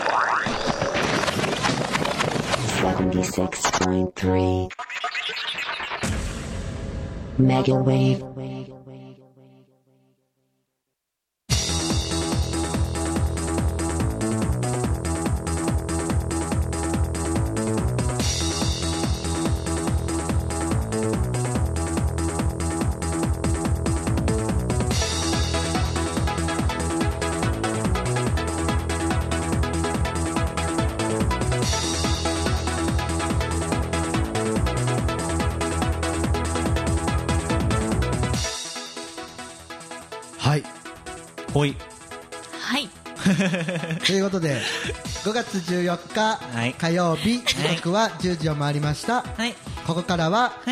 76.3 Mega Wave。 ほい。 はい。 ということで5月14日、 はい、 火曜日、時刻は10時を回りました、 はい、 ここからは、 はい、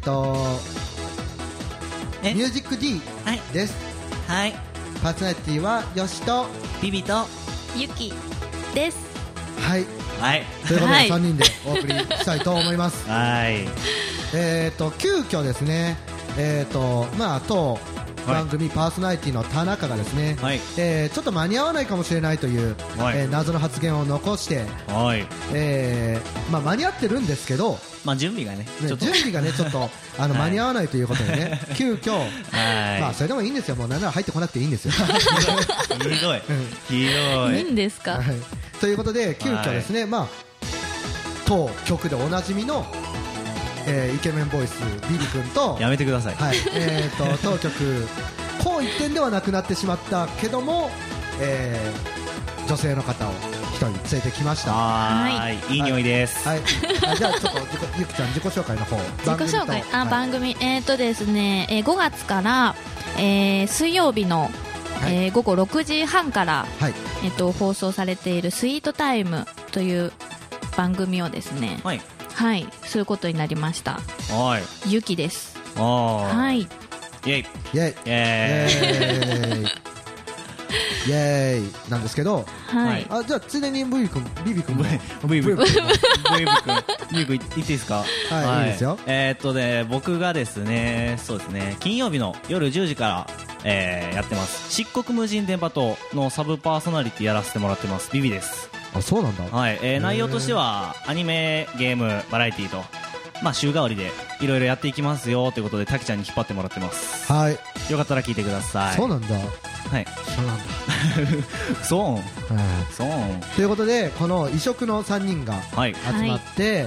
ミュージック D です、 はい、 パーソナリティはよしとビビとゆきです。 はい、 はい、 ということで3人でお送りしたいと思いますはい。 急遽ですね当番組パーソナリティの田中がですね、はい、ちょっと間に合わないかもしれないという、はい、謎の発言を残して、はい、間に合ってるんですけど、 準備がねちょっと間に合わないということでね、急遽、それでもいいんですよ、もうなんなら入ってこなくていいんですよ。 ひどい、ひどい。 いいんですか、 はい、ということで急遽ですね、当曲でおなじみのイケメンボイスビビ君とやめてください、 はい、当曲こう一点ではなくなってしまったけども、女性の方を一人連れてきました。 はい、いい匂いです。 はい、じゃあちょっとゆきちゃん自己紹介の方。 自己紹介、番組ですね、5月から、水曜日の、午後6時半から、放送されているスイートタイムという番組をですね、はい、することになりました。はい、ゆきです。はい。イエイイエイイエイイエイなんですけど、はい。じゃあついでにビビ君言っていいですか？ はい、いいですよ。 僕がですね、そうですね、金曜日の夜10時から、やってます漆黒無人電波塔のサブパーソナリティやらせてもらってますビビです。 あ、そうなんだ。 はい、内容としてはアニメ、ゲーム、バラエティーと、週替わりでいろいろやっていきますよということでタキちゃんに引っ張ってもらってます。 はい。 よかったら聞いてください。 そうなんだ。 はい。 そうなんだ。 そう。そう。 ということでこの異色の3人が集まって、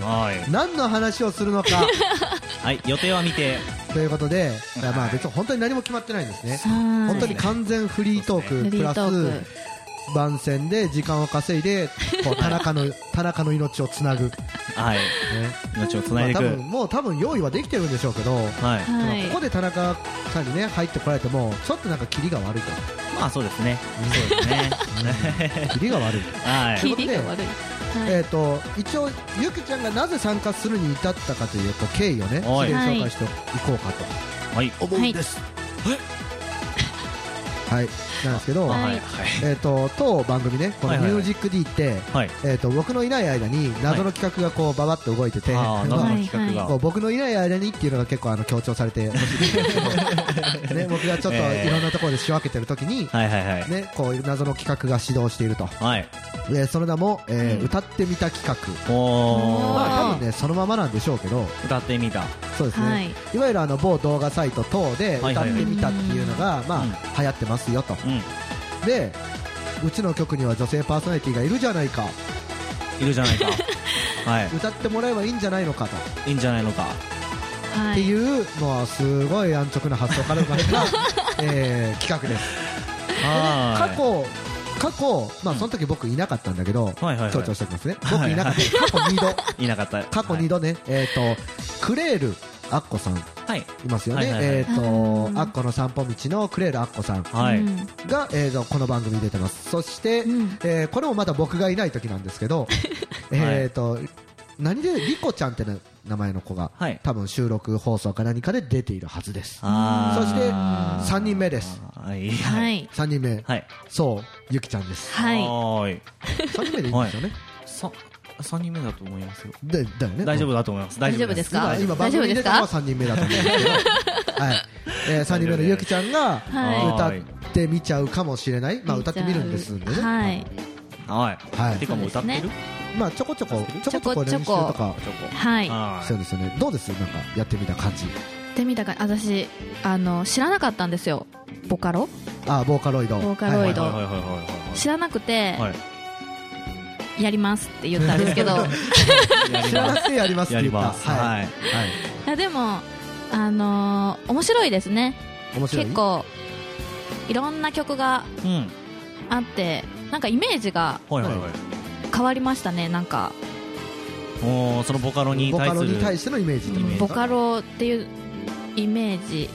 何の話をするのか。 はい。予定は見て。 ということで、別に本当に何も決まってないんですね。本当に完全フリートークプラス。番宣で時間を稼いでこう田中の命をつなぐ、 はい、命をつないでいく。 多分用意はできてるんでしょうけど、ここで田中さんにね入ってこられてもちょっとなんかキリが悪いと。 そうですね。そうですね。 キリが悪い。 はい。キリが悪い。 一応ゆきちゃんがなぜ参加するに至ったかという経緯をね、紹介していこうかと思うんです。はい、なんですけど、当番組ね、このミュージック D って、僕のいない間に謎の企画がこうババッと動いてて、僕のいない間にっていうのが結構強調されてほしいんですけど、ね、僕がちょっといろんなところで仕分けてるときに、ね、こういう謎の企画が始動していると、その名も、歌ってみた企画。多分ねそのままなんでしょうけど、 歌ってみた、 そうですね、いわゆる某動画サイト等で歌ってみたっていうのが流行ってますよと。で、うちの曲には女性パーソナリティがいるじゃないか、歌ってもらえばいいんじゃないのかと、っていうのはすごい安直な発想から生まれた企画です。過去、その時僕いなかったんだけど、強調しておきますね、僕いなかった、過去2度ね、クレールアッコさんいますよね、アッコの散歩道のクレールアッコさんが、この番組に出てます。そして、これもまた僕がいない時なんですけど、何でリコちゃんって名前の子が、多分収録放送か何かで出ているはずです。そして3人目です。3人目、そうゆきちゃんです。3人目でいいんですよね。 3人目だと思いますよ。 だよね。 大丈夫だと思います。 大丈夫ですか？ 今番組に出たのは3人目だと思うんですけど、3人目のゆきちゃんが歌ってみちゃうかもしれない。歌ってみるんですんでね。 はい。てかもう歌ってる？ まあちょこちょこ練習とかはいそうですよね。どうです？なんかやってみた感じ。 私知らなかったんですよ。ボカロイド知らなくて、やりますって言ったんですけど知らなくてやりますって言った。 はい。 いやでも面白いですね。結構いろんな曲があって、なんかイメージが変わりましたね。なんかそのボカロに対してのイメージ。 ボカロっていうイメージ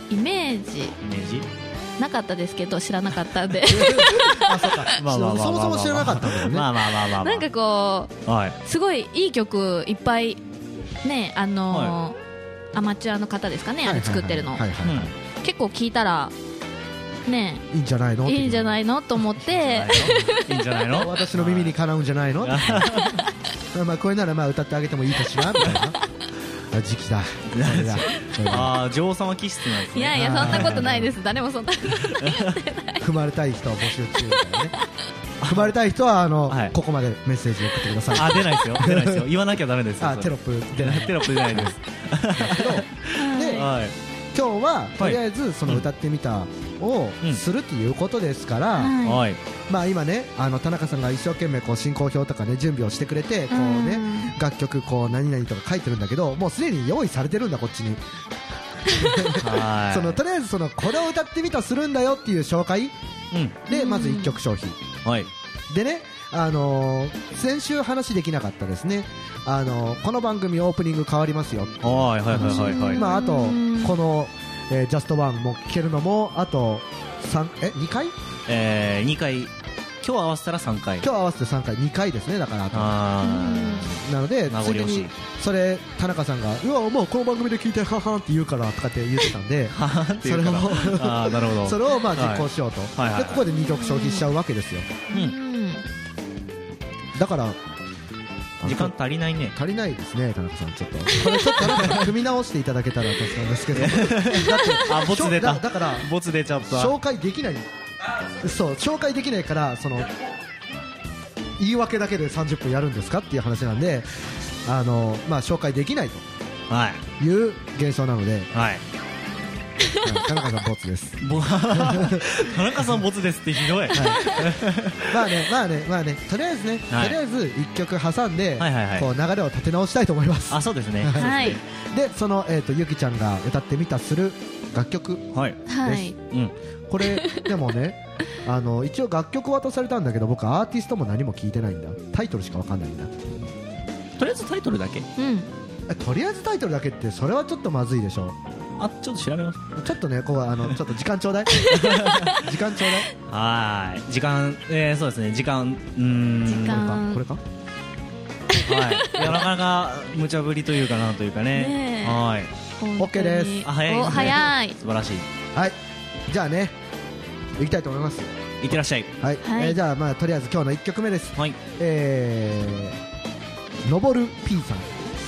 なかったですけど、知らなかったんであ、そうか。そもそも知らなかったんだよね。 なんかこうすごいいい曲いっぱいね、アマチュアの方ですかね、あれ作ってるの結構聞いたらね、 いいんじゃないのと思っていいんじゃないの私の耳にかなうんじゃないのまあこれならまあ歌ってあげてもいいかしらみたいな時期だ。 女王様気質なんですね。 いやいや、そんなことないです。誰もそんなこと言ってない。 踏まれたい人は募集中みたいなね。踏まれたい人はここまでメッセージ送ってください。 出ないですよ。言わなきゃダメですよ。 テロップ出ないです。で、今日はとりあえずその歌ってみたをするっていうことですから、まあ今ね、田中さんが一生懸命こう進行表とかね準備をしてくれて、こうね楽曲こう何々とか書いてるんだけど、もうすでに用意されてるんだこっちに。そのとりあえずこれを歌ってみたするんだよっていう紹介で、まず1曲消費でね、先週話できなかったですね。この番組オープニング変わりますよ。まああとこのジャストワンも聴けるのもあと2回 ？2回。今日合わせたら3回。 今日合わせて3回、2回ですね。だからなのでついでにそれ田中さんがうわもうこの番組で聞いてははんって言うからとかって言ってたんで、それをまあ実行しようと。でここで2曲消費しちゃうわけですよ。だから時間足りないね。 足りないですね、田中さん。ちょっとこれちょっと田中さん組み直していただけたら助かるんですけど。だってボツ出た。 だからボツ出ちゃった。 紹介できない。そう紹介できないから、その言い訳だけで30分やるんですかっていう話なんで、まあ紹介できないという現象なので、田中さんボツです。 田中さんボツですってひどい。 まあねとりあえず1曲挟んでこう流れを立て直したいと思います。 そうですね。 でそのゆきちゃんが歌ってみたする楽曲です。これでもね、一応楽曲渡されたんだけど、僕アーティストも何も聞いてないんだ。タイトルしかわかんないんだ。 とりあえずタイトルだけ。 とりあえずタイトルだけってそれはちょっとまずいでしょ。 ちょっと調べます。 ちょっとね、こうちょっと時間ちょうだい。時間ちょうだい。時間、そうですね、時間、 これか。 いや、なかなか無茶ぶりというかなんというかね。 OK です。 早い。 素晴らしい。 はい。じゃあね、行きたいと思います。 いってらっしゃい。 じゃあまあとりあえず今日の1曲目です。のぼる P さ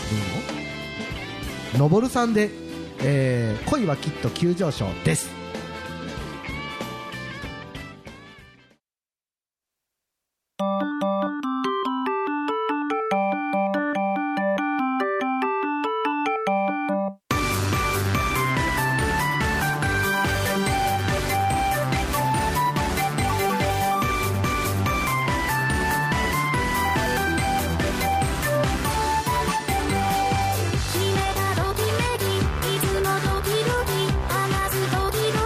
ん、のぼるさんで、恋はきっと急上昇です。 決めたときめきいつもドキドキ話すとき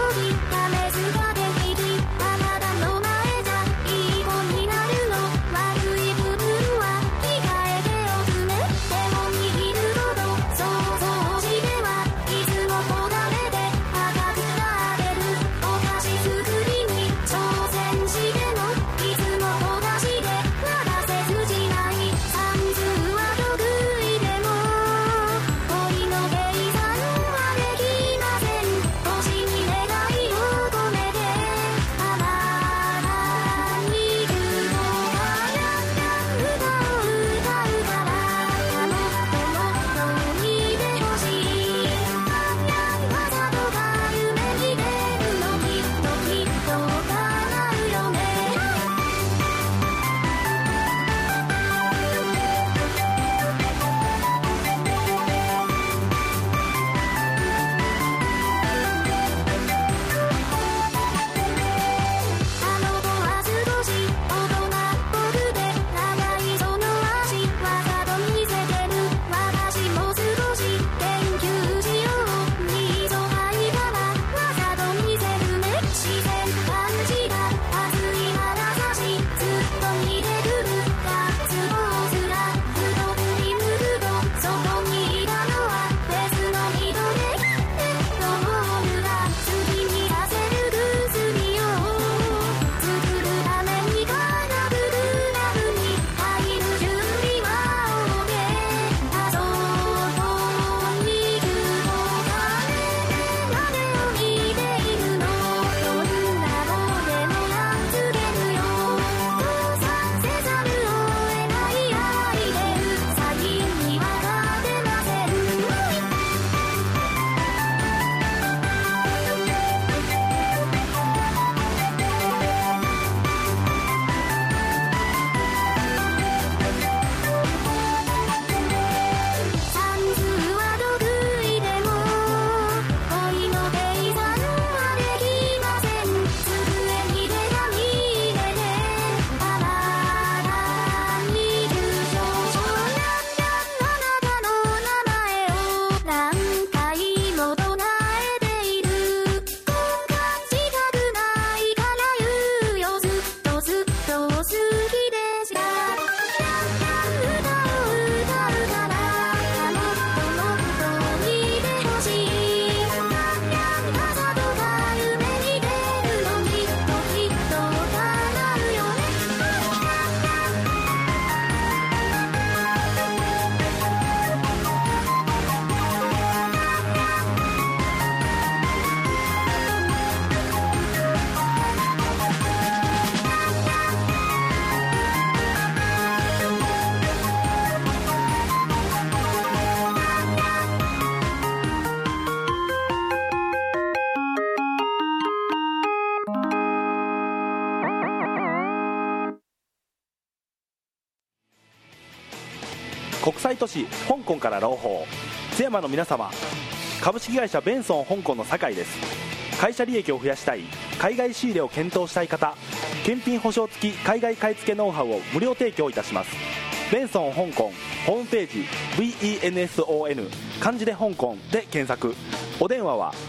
国際都市香港から朗報。津山の皆様、株式会社ベンソン香港の酒井です。会社利益を増やしたい、海外仕入れを検討したい方、検品保証付き海外買い付けノウハウを無料提供いたします。ベンソン香港ホームページ VENSON 漢字で香港で検索。お電話は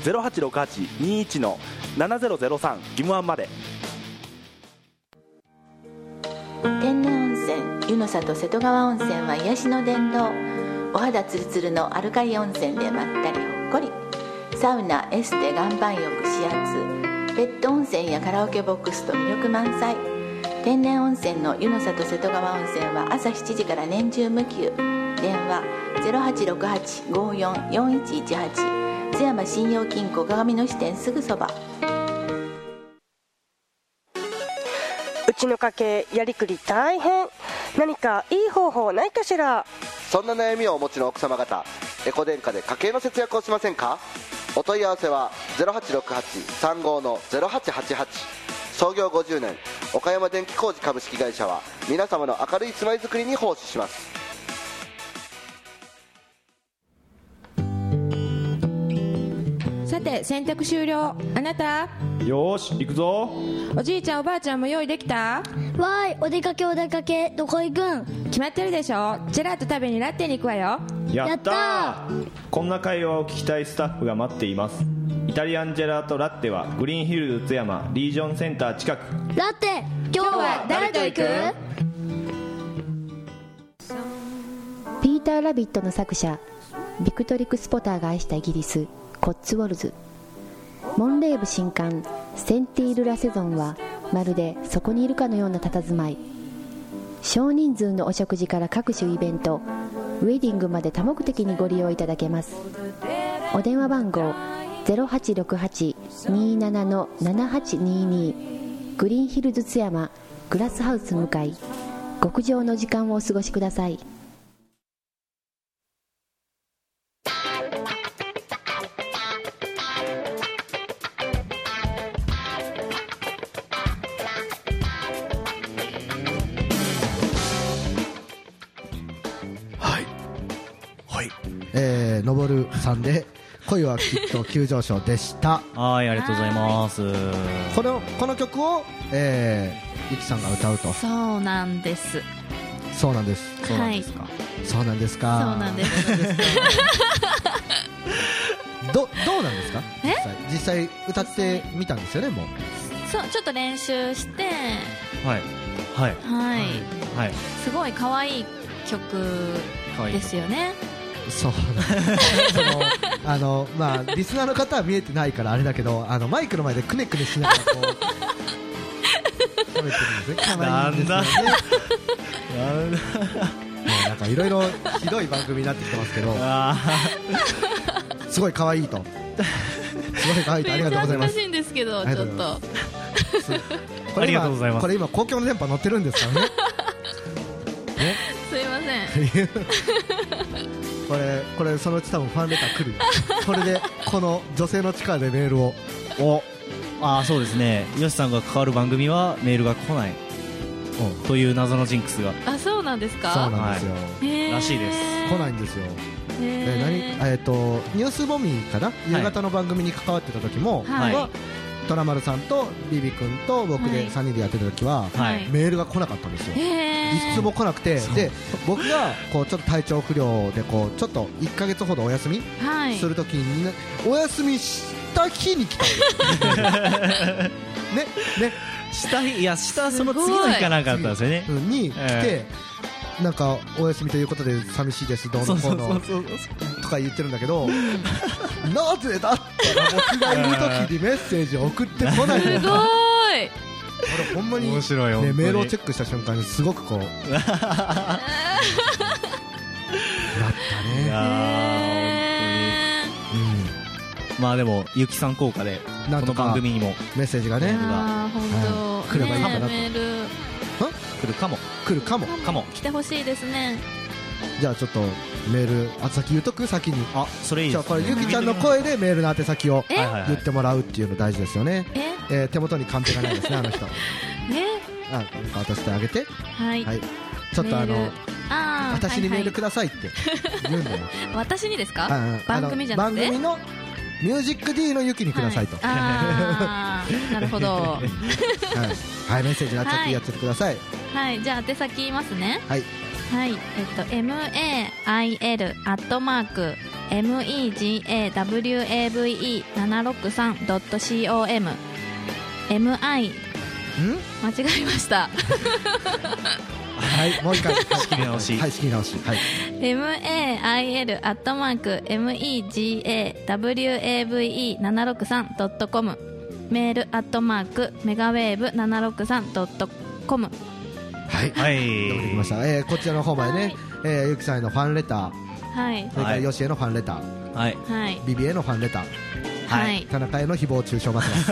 086821-7003 義務案まで。 天然温泉湯の里瀬戸川温泉は癒しの殿堂。お肌ツルツルのアルカリ温泉でまったりほっこり。サウナ、エステ、岩盤浴、指圧、ペット温泉やカラオケボックスと魅力満載。天然温泉の湯の里瀬戸川温泉は朝7時から年中無休。電話 0868-54-4118。津山信用金庫鏡の支店すぐそば。 うちの家計やりくり大変。何かいい方法ないかしら。 そんな悩みをお持ちの奥様方、エコ電化で家計の節約をしませんか。お問い合わせは 0868-35-0888。創業50年岡山電気工事株式会社は皆様の明るい住まいづくりに奉仕します。 さて洗濯終了。あなたよーし行くぞ。 おじいちゃんおばあちゃんも用意できた？ わーい、お出かけお出かけ。どこ行くん？ 決まってるでしょ。ジェラート食べにラッテに行くわよ。 やったー。こんな会話を聞きたいスタッフが待っています。イタリアンジェラートラッテはグリーンヒルズ津山リージョンセンター近く。 ラッテ、今日は誰と行く？ ピーター・ラビットの作者ビクトリック・スポターが愛したイギリスコッツウォルズ。モンレーブ新刊センティール・ラセゾンはまるでそこにいるかのような佇まい。少人数のお食事から各種イベント、ウェディングまで多目的にご利用いただけます。お電話番号 0868-27-7822 グリーンヒルズ津山グラスハウス向かい。極上の時間をお過ごしください。 のぼるさんで恋はきっと急上昇でした。 はい、ありがとうございます。 この曲を、ゆきさんが歌うと。 そうなんです。 そうなんです。 そうなんですか。 そうなんですか。 そうなんです。 どうなんですか。実際歌ってみたんですよね。もうそうちょっと練習してはいはいはいはい、 すごい可愛い曲ですよね。 そうまあリスナーの方は見えてないからあれだけど、マイクの前でくねくねしながらこう喋ってるんですね。可愛いんですよね。なんかいろいろひどい番組になってきてますけどすごい可愛いとすごい可愛いとありがとうございます。 恥ずかしいんですけどちょっとありがとうございます。 これ今公共の電波乗ってるんですからね。 すいません。 これそのうち多分ファンレター来る。これでこの女性の力でメールをそうですね。よしさんが関わる番組はメールが来ないという謎のジンクスが。 あ、そうなんですか。 そうなんですよ。 らしいです。 来ないんですよ。ニュースボミーかな、夕方の番組に関わってた時も、トラマルさんとビビ君と僕で3人でやってた時は、メールが来なかったんですよ。いつも来なくて、で僕がこうちょっと体調不良でこうちょっと1ヶ月ほどお休みする時に、お休みした日に来たんですね。 した日、いやしたその次の日かなんかだったんですよね。 に来て、なんかお休みということで寂しいですどうのこうのとか言ってるんだけど、なぜだったら僕がいる時にメッセージを送ってこない。 すごい。 ほんまに、 面白いよ、 メールをチェックした瞬間にすごくこうなったね。 まあでもゆきさん効果でこの番組にもメッセージがね来ればいいかなと。 メール来るかも来てほしいですね。 じゃあちょっとメール宛先言うとく。先にそれいいですね。 じゃあこれゆきちゃんの声でメールの宛先を言ってもらうっていうの大事ですよね。手元にカンペがないですね、あの人。なんか渡してあげて。 はい、 ちょっと私にメールくださいって言うんだよ。 私にですか？番組じゃなくて番組のミュージック D のゆきにくださいと。 なるほど。 はい、メッセージやっちゃってください。 はい、じゃあ宛先言いますね。 はい、 mail@megawave763.com mi 間違えました。 はい、もう一回。 仕切り直し。 はい、仕切り直し。はい。 mail@megawave763.com メール@megawave763.com。 はい。はい。どうもできました。こちらの方までね、ゆきさんへのファンレター。はい。それからよしへのファンレター。はい。はい。ビビへのファンレター。はい。田中への誹謗中傷待ってます。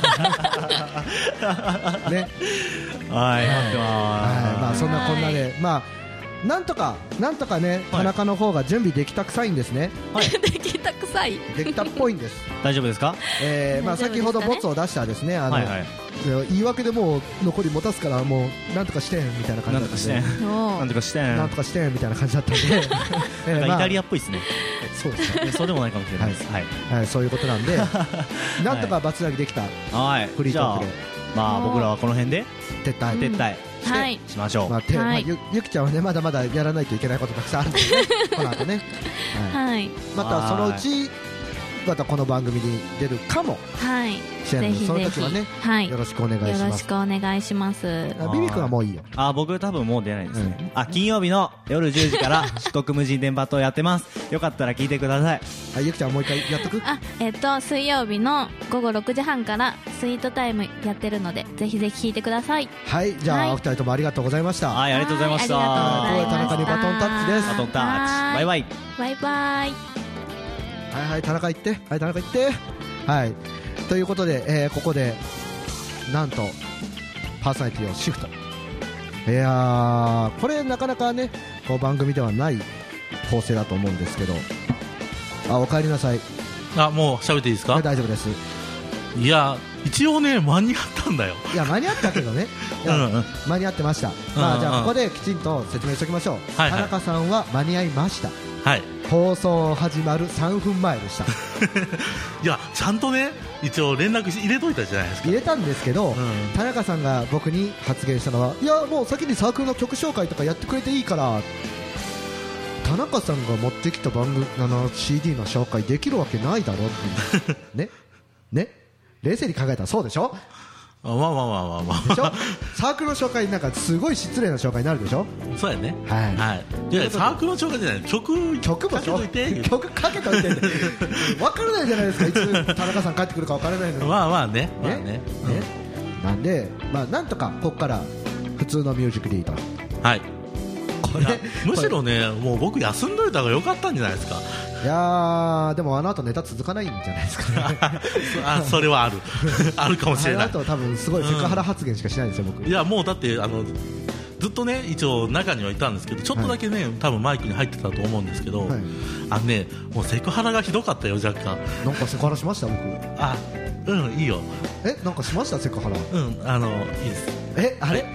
ね。はい。まあそんなこんなで、まあなんとかね、田中の方が準備できたくさいんですね。 できたくさい。 できたっぽいんです。 大丈夫ですか？ まあ先ほどボツを出したですね、言い訳でもう残り持たすからもうなんとかしてんみたいな感じだったんで、 なんとかしてんみたいな感じだったんで、 イタリアっぽいですね。 そうですね。 そうでもないかもしれないです。 はい、そういうことなんで、なんとかバツナギできたフリートークで、 まあ僕らはこの辺で撤退しましょう。 ゆきちゃんはねまだまだやらないといけないことたくさんあるんでね、この後ね。はい。またそのうちまたこの番組に出るかもしれないので、その時はねよろしくお願いします。 よろしくお願いします。 ビビ君はもういいよ。 僕多分もう出ないですね。金曜日の夜10時から四国無人電波塔やってます。よかったら聞いてください。 ゆきちゃんもう一回やっとく？ 水曜日の午後6時半からスイートタイムやってるので、ぜひぜひ聞いてください。 はい、じゃあお二人ともありがとうございました。 はい、ありがとうございました。 田中にバトンタッチです。 バトンタッチ。バイバイ。 バイバイ。 はい田中行って、田中行って。はい、ということで、ここでなんとパーソナリティをシフト。いやー、これなかなかねこう番組ではない構成だと思うんですけど、お帰りなさい。 もう喋っていいですか？ 大丈夫です。 いや一応ね間に合ったんだよ。 いや間に合ったけどね間に合ってました。まあじゃあここできちんと説明しておきましょう。田中さんは間に合いました。 はい、 放送始まる3分前でした。 いやちゃんとね一応連絡入れといたじゃないですか。 入れたんですけど、田中さんが僕に発言したのは、いやもう先にサークルの曲紹介とかやってくれていいから、田中さんが持ってきた番組CD の紹介できるわけないだろってね冷静に考えたらそうでしょ。 まあでしょ。サークルの紹介なんかすごい失礼な紹介になるでしょ。 そうやね。はい。いやサークルの紹介じゃない、曲もかけといて。 曲かけといて。分からないじゃないですか。いつ田中さん帰ってくるか分からないのに。 まあね。 なんでなんとかここから普通のミュージックでいいと。 はい。むしろねもう僕休んどいた方が良かったんじゃないですか。 いやでもあの後ネタ続かないんじゃないですかね。 それはあるあるかもしれない。 あの後多分すごいセクハラ発言しかしないんですよ僕。 いやもうだってずっとね一応中にはいたんですけど、ちょっとだけね、多分マイクに入ってたと思うんですけど、もうセクハラがひどかったよ若干。 なんかセクハラしました僕。 いいよ。 なんかしましたセクハラ。 いいです。 あれ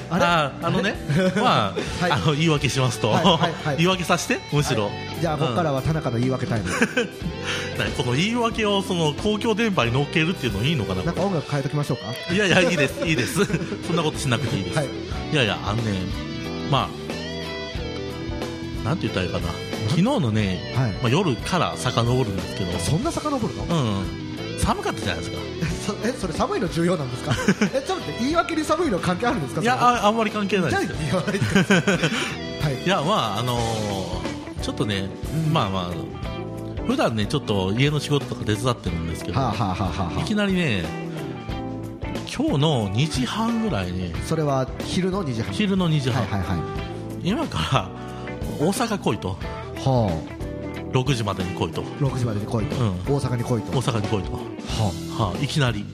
はい。言い訳しますと、言い訳させてむしろ。 じゃあここからは田中の言い訳タイム。 この言い訳をその公共電波に乗っけるっていうのいいのかな。 なんか音楽変えときましょうか。 いやいいですいいです。そんなことしなくていいです。いやなんて言ったらいいかな。昨日のね夜から遡るんですけど。 そんな遡るの？ 寒かったじゃないですか。 それ寒いの重要なんですか？ちょっと待って言い訳に寒いの関係あるんですか？ いやあんまり関係ないですよ。いやちょっっとね、まあまあ普段ねちょっと家の仕事とか手伝ってるんですけど、いきなりね今日の2時半ぐらいね、 それは昼の2時半、 昼の2時半、今から大阪来いと、6時までに来いと、 6時までに来いと、大阪に来いと、 大阪に来いと、いきなり、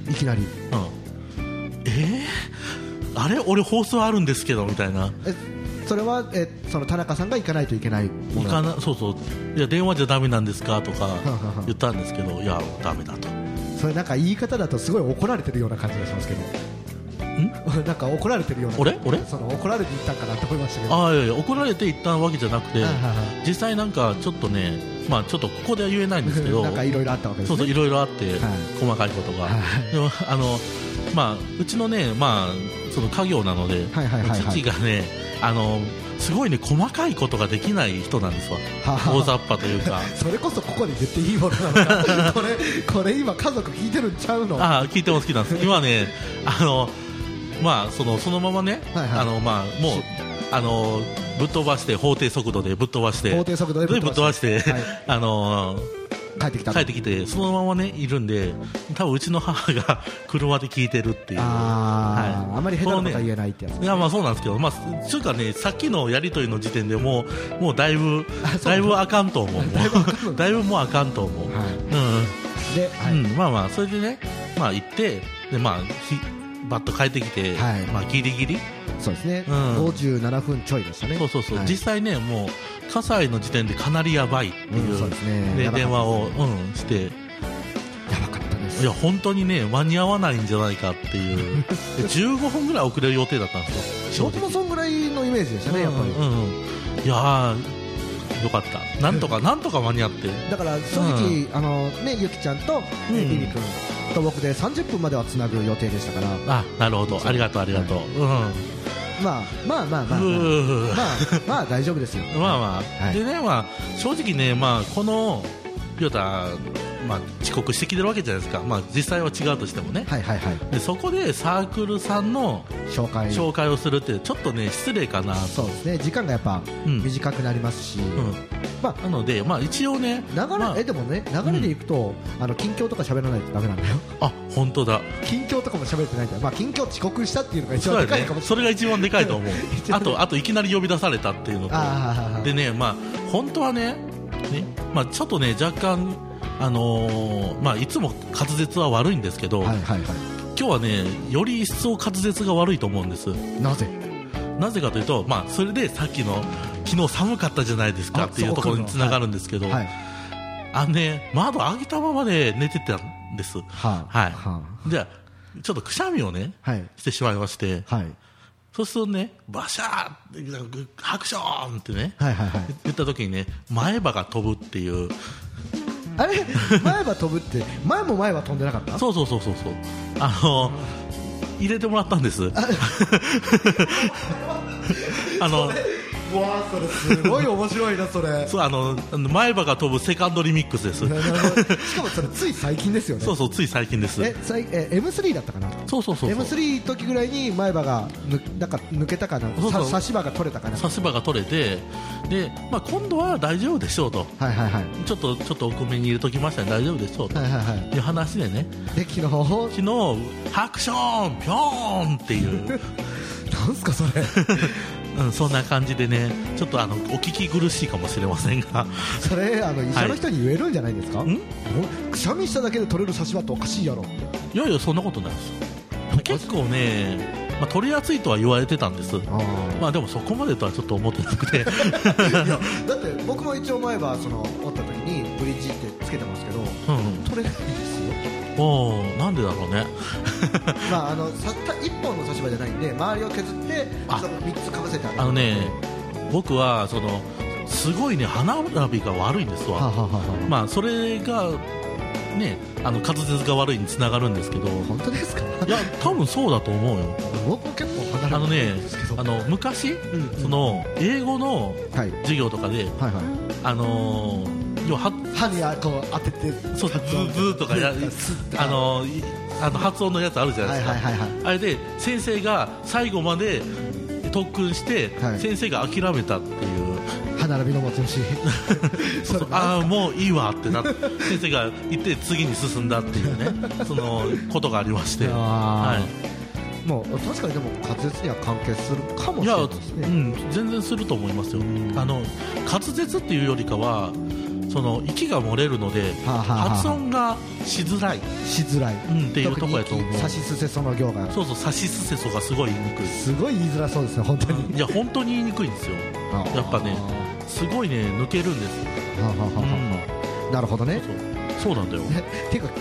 あれ俺放送あるんですけどみたいな。 それはその田中さんが行かないといけないもの。 そうそう、いや電話じゃダメなんですかとか言ったんですけど、いやダメだと。 それなんか言い方だとすごい怒られてるような感じがしますけど。 なんか怒られてるような。 俺その怒られていったんかなと思いましたけど。 いやいや、怒られていったわけじゃなくて、実際なんかちょっとね、まあちょっとここでは言えないんですけど、 なんかいろいろあったわけですね。 そうそう、いろいろあって、細かいことが。でもまあうちのね、まあその家業なので、父がね、すごいね、細かいことができない人なんですわ。大雑把というか。 それこそここで言っていいものなのか。これ今家族聞いてるんちゃうの？ 聞いてます、聞いてます。今ね、まあそのままね、まあもうぶっ飛ばして、法定速度でぶっ飛ばして、 ぶっ飛ばして、帰ってきて、そのままねいるんで、多分うちの母が車で聞いてるっていう。 あまり下手なことは言えないってやつ。 いや、まあそうなんですけど、まあちゅうかね、さっきのやりとりの時点でもうだいぶあかんと思う。だいぶもうあかんと思う。 で、 まあまあそれでね、まあ行って、でまあバッと帰ってきて、まあギリギリ。 そうですね。57分ちょいでしたね。 そう。実際ね、もう葛西の時点でかなりやばいっていう電話をしてやばかったです。 いや本当にね、間に合わないんじゃないかっていう15分ぐらい遅れる予定だったんですよ。 僕もそんぐらいのイメージでしたね、やっぱり。 いやよかった、なんとか間に合って。 だから正直ゆきちゃんとビビ君と僕で30分まではつなぐ予定でしたから。 なるほど、ありがとう。 まあ大丈夫ですよ。 でね、まあ正直ね、まあこのヨタ、まあ遅刻してきてるわけじゃないですか。まあ実際は違うとしてもね。でそこでサークルさんの紹介をするってちょっとね失礼かな。 そうですね。時間がやっぱ短くなりますし。 なのでまあ一応ね。 でもね、流れでいくと近況とか喋らないとダメなんだよ。 本当だ。 近況とかも喋ってないんだよ。まあ近況遅刻したっていうのが一番でかいかもしれない。 それが一番でかいと思う。あといきなり呼び出されたっていうのと。でね、まあ本当はね、まあちょっとね若干まあいつも滑舌は悪いんですけど、今日はねより一層滑舌が悪いと思うんです。 なぜかというと、まあそれでさっきの昨日寒かったじゃないですかっていうところにつながるんですけど、窓開けたままで寝てたんです。じゃあちょっとくしゃみをねしてしまいまして、そうするとね、バシャーってハクションってね言った時にね、前歯が飛ぶっていう。 あれ前歯飛ぶって前も前歯飛んでなかった？ そう入れてもらったんです。 うわそれすごい面白いなそれ。 そう前歯が飛ぶセカンドリミックスです。 しかもそれつい最近ですよね。 そうつい最近です。 M3 だったかな。 そう M3 時ぐらいに前歯がなんか抜けたかな。差し歯が取れたかな。 差し歯が取れて、でまあ今度は大丈夫でしょうと。ちょっと奥目に入れときましたね、大丈夫でしょうという話でね。 で昨日ハクションピョーンっていうなんすかそれ。 そんな感じでね、ちょっとお聞き苦しいかもしれませんが、それ医者の人に言えるんじゃないですか？くしゃみしただけで取れる差し歯っておかしいやろ。 いやそんなことないです。結構ね、まあ、取りやすいとは言われてたんです。まあでもそこまでとはちょっと思ってなくて。いやだって僕も一応前歯折った時にブリッジってつけてますけど、取れないんですよ。 なんでだろうね。 まあ一本の差し歯じゃないんで、周りを削って3つかぶせてある。 僕はすごいね歯並びが悪いんですわ。まあそれがね滑舌が悪いにつながるんですけど。 本当ですか？ いや多分そうだと思うよ。 僕も結構歯並び悪いんですけど。 昔英語の授業とかで歯にこう当ててそうズーとか発音のやつあるじゃないですか。あれで先生が最後まで特訓して、先生が諦めたっていう歯並びの持ち主。 もういいわってなって先生が言って次に進んだっていうねそのことがありまして。 もう確かにでも滑舌には関係するかもしれないですね。 全然すると思いますよ。滑舌っていうよりかは息が漏れるので発音がしづらいっていうところやと思う。 さしすせその行がさしすせそがすごい言いにくい。 すごい言いづらそうですね本当に。 いや本当に言いにくいんですよ。やっぱねすごいね抜けるんです。 なるほどね。 そうなんだよ。 っていうか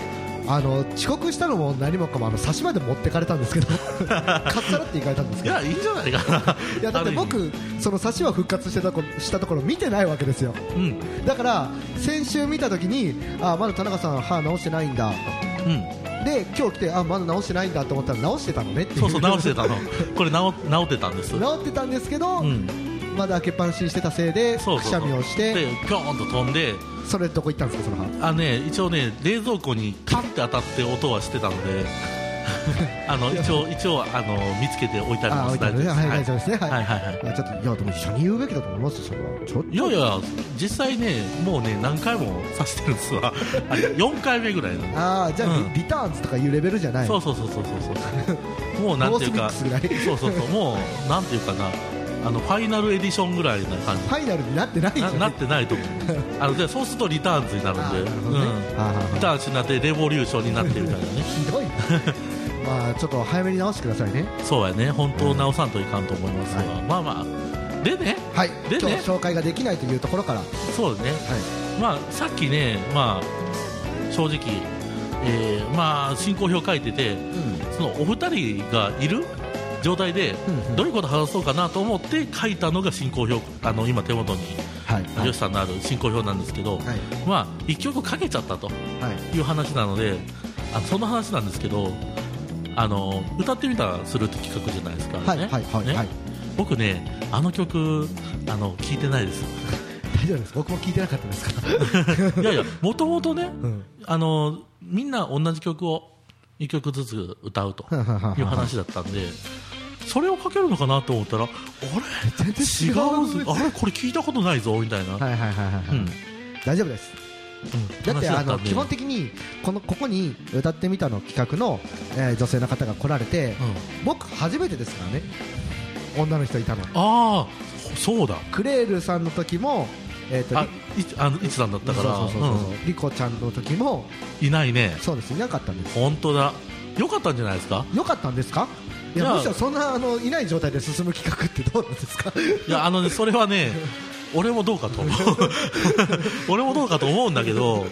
遅刻したのも何もかも差しまで持ってかれたんですけどかっさらって行かれたんですけど、 いやいいんじゃないかな。 いやだって僕その差しは復活したところ見てないわけですよ、だから先週見た時にまだ田中さん歯直してないんだ、で今日来てまだ直してないんだと思ったら直してたのねっていう。 そう直してたのこれ直ってたんです。 直ってたんですけど、まだ開けっぱなしにしてたせいでくしゃみをしてでピョーンと飛んで、 それどこ行ったんですかその歯。 一応ね冷蔵庫にカンって当たって音はしてたので一応見つけて置いてあります。 大丈夫ですね。ちょっといやでも一緒に言うべきだと思いますよそれは。ちょっといや実際ねもうね何回もさしてるんですわ4回目ぐらいなの。 じゃあ、リターンズとかいうレベルじゃない。 そうもうなんていうかもうなんていうかな、ファイナルエディションぐらいな感じ。 ファイナルになってないじゃん。 なってないと思うでそうするとリターンズになるんで、リターンズになってレボリューションになってるみたいなねひどいちょっと早めに直してくださいね。 そうやね、本当直さんといかんと思いますが、でね、 今日紹介ができないというところから。 そうね、さっきね、正直、進行表書いてて、そのお二人がいる状態でどういうこと話そうかなと思って書いたのが進行表、今手元に吉さんのある進行表なんですけど、1曲かけちゃったという話なので、その話なんですけど、歌ってみたらするって企画じゃないですか。僕ね曲聞いてないです。 大丈夫です、僕も聞いてなかったですからいやもともとね、みんな同じ曲を1曲ずつ歌うという話だったんで、それをかけるのかなと思ったら、あれ全然違う、 あれこれ聞いたことないぞみたいな。 大丈夫です、だって基本的にここに歌ってみたの企画の、女性の方が来られて、僕初めてですからね、女の人いたの。 そうだ、 クレールさんの時もいつさんだったからリコちゃんの時もいないね。 そうです、いなかったんです。 本当だ、よかったんじゃないですか。 よかったんですか。いや、むしろそんないない状態で進む企画ってどうなんですか。 いやそれはね俺もどうかと思う俺もどうかと思うんだけど、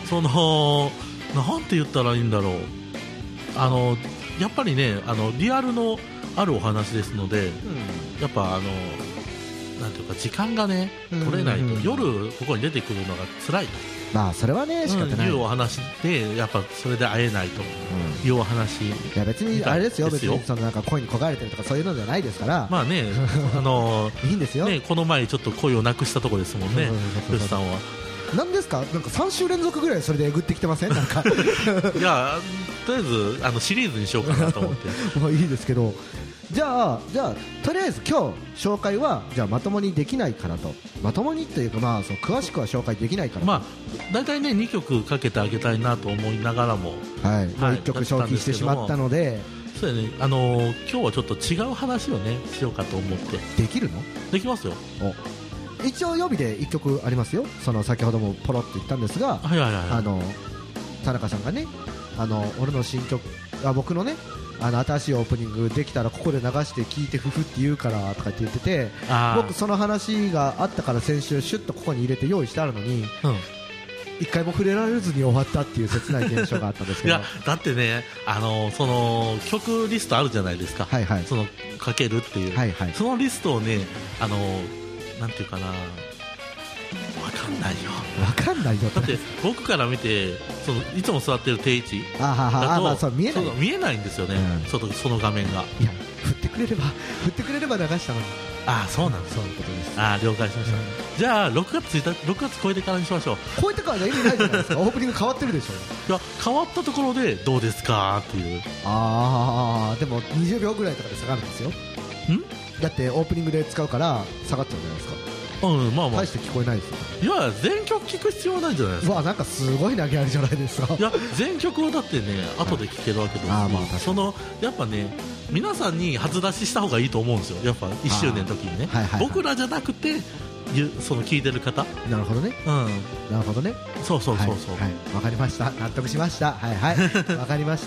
なんて言ったらいいんだろう、やっぱりねリアルのあるお話ですので、やっぱなんていうか時間がね取れないと、夜ここに出てくるのが辛いと。 それはね仕方ない、 いうお話でやっぱそれで会えないというお話。 いや別にあれですよ、別になんか恋に焦がれてるとかそういうのじゃないですから。いいんですよね。この前ちょっと恋をなくしたところですもんね、吉さんは。 なんですか、なんか3週連続ぐらいそれでえぐってきてませんなんかいやとりあえずシリーズにしようかなと思っていいですけど、じゃあとりあえず今日紹介はじゃあまともにできないからと、まともにというか詳しくは紹介できないから、 だいたいね2曲かけてあげたいなと思いながらも、 もう1曲消費してしまったので、 そうやね、今日はちょっと違う話をねしようかと思って。 できるの？ できますよ。 一応予備で1曲ありますよ。先ほどもポロって言ったんですが、田中さんがね、俺の新曲、僕のね新しいオープニングできたらここで流して聴いてフフって言うからとかって言ってて、僕その話があったから先週シュッとここに入れて用意してあるのに、一回も触れられずに終わったっていう切ない現象があったんですけど。 いやだってねその曲リストあるじゃないですか、そのかけるっていう、そのリストをねなんていうかな、わかんないよだって僕から見ていつも座ってる定位置だと見えないんですよね、その画面が。 いや振ってくれれば流したのに。 そうなんです。そういうことです。了解しました。じゃあ6月超えてからにしましょう。 超えてからじゃ意味ないじゃないですかオープニング変わってるでしょ。 いや変わったところでどうですかっていう。 でも20秒ぐらいとかで下がるんですよ。だってオープニングで使うから下がっちゃうじゃないですか。大して聞こえないですよ。 いや全曲聞く必要はないじゃないですか。 なんかすごい投げありじゃないですか。 いや全曲をだってね後で聞けるわけですし、やっぱね皆さんに初出しした方がいいと思うんですよ。やっぱ1周年の時にね、僕らじゃなくて聞いてる方。 なるほどね、 なるほどね。そうわかりました、納得しました。わかりました。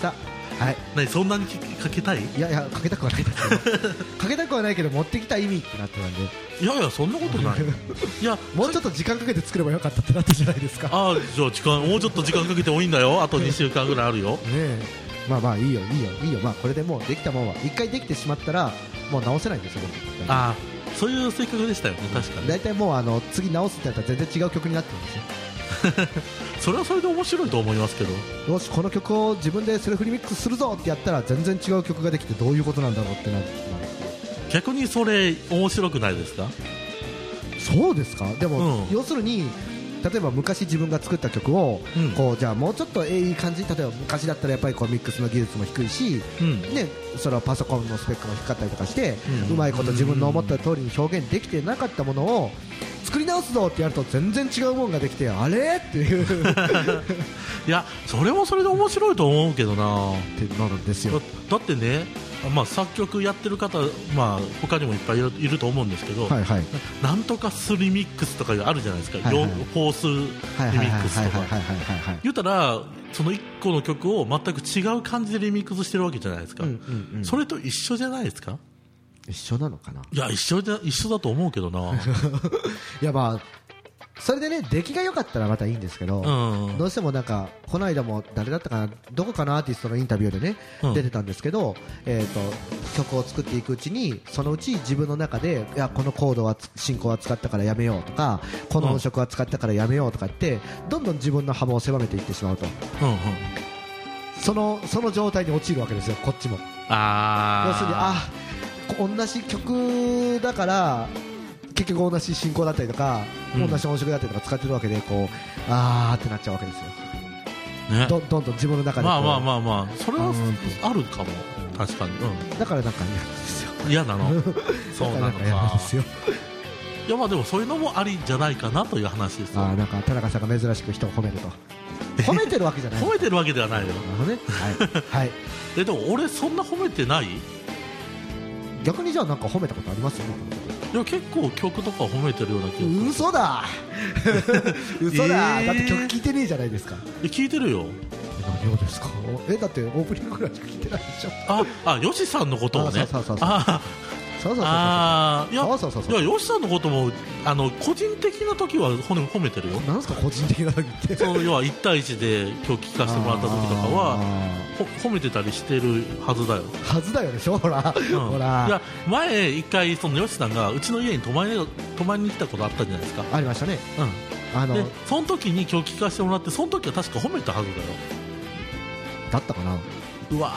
はい、 何そんなにかけたい？ いやいや、かけたくはないですけどかけたくはないけど持ってきた意味ってなってたんで、 いやいやそんなことないいやもうちょっと時間かけて作ればよかったってなったじゃないですか。 ああ、じゃあもうちょっと時間かけてもいいんだよ。あと2週間ぐらいあるよね。まあまあいいよ、まあこれでもうできたもんは一回できてしまったらもう直せないんですよ。 ああ、そういう性格でしたよね。確かに大体もう次直すってやったら全然違う曲になってるんですよそれはそれで面白いと思いますけど、 よしこの曲を自分でセルフリミックスするぞってやったら全然違う曲ができてどういうことなんだろうってなって、 逆にそれ面白くないですか？ そうですか。でも、要するに例えば昔自分が作った曲を、こうじゃあもうちょっといい感じ、例えば昔だったらやっぱりこうミックスの技術も低いし、ね、それはパソコンのスペックも低かったりとかして、うまいこと自分の思った通りに表現できてなかったものを作り直すぞってやると全然違うものができて、あれっていういやそれもそれで面白いと思うけどなってなるんですよ。 だってね、まあ、作曲やってる方、まあ、他にもいっぱいいると思うんですけど、 はいはい、 なんとかスリミックスとかあるじゃないですか、はいはい、フォースリミックスとか言ったらその1個の曲を全く違う感じでリミックスしてるわけじゃないですか、それと一緒じゃないですか。 一緒なのかな。 いや一緒だと思うけどないやまあそれでね出来が良かったらまたいいんですけど、どうしてもなんかこの間も誰だったかな、どこかのアーティストのインタビューでね、出てたんですけど、曲を作っていくうちにそのうち自分の中でいやこのコードは進行は使ったからやめようとか、この音色は使ったからやめようとかってどんどん自分の幅を狭めていってしまうと、その状態に陥るわけですよ、こっちも。要するに同じ曲だから結局同じ進行だったりとか、同じ音色だったりとか使ってるわけで、こうってなっちゃうわけですよ、ね、どんどん自分の中でまあそれはあるかも、確かに、 だからなんか嫌なんですよ。 嫌なのそうなのか。 嫌なんですよ。 いやまあでもそういうのもありじゃないかなという話ですよ。 なんか田中さんが珍しく人を褒めると褒めてるわけじゃない褒めてるわけではないよ、 ね、はい、 でも俺そんな褒めてない。 逆にじゃあなんか褒めたことありますよね。 いや結構曲とか褒めてるような気が。 嘘だ嘘だ、だって曲聴いてねえじゃないですか。 聴いてるよ。 何をですか。だってオープニングぐらいしか聴いてないでしょ。 ヨシさんのことをね。いやヨシさんのことも個人的な時は褒めてるよ。 なんですか個人的な時って。 要は1対1で今日聞かせてもらった時とかは褒めてたりしてるはずだよ。 はずだよでしょ、ほら、ほら。 いや前1回そのヨシさんがうちの家に泊まりに来たことあったじゃないですか。 ありましたね。 でその時に今日聞かせてもらって、その時は確か褒めたはずだよ。 だったかな。 うわ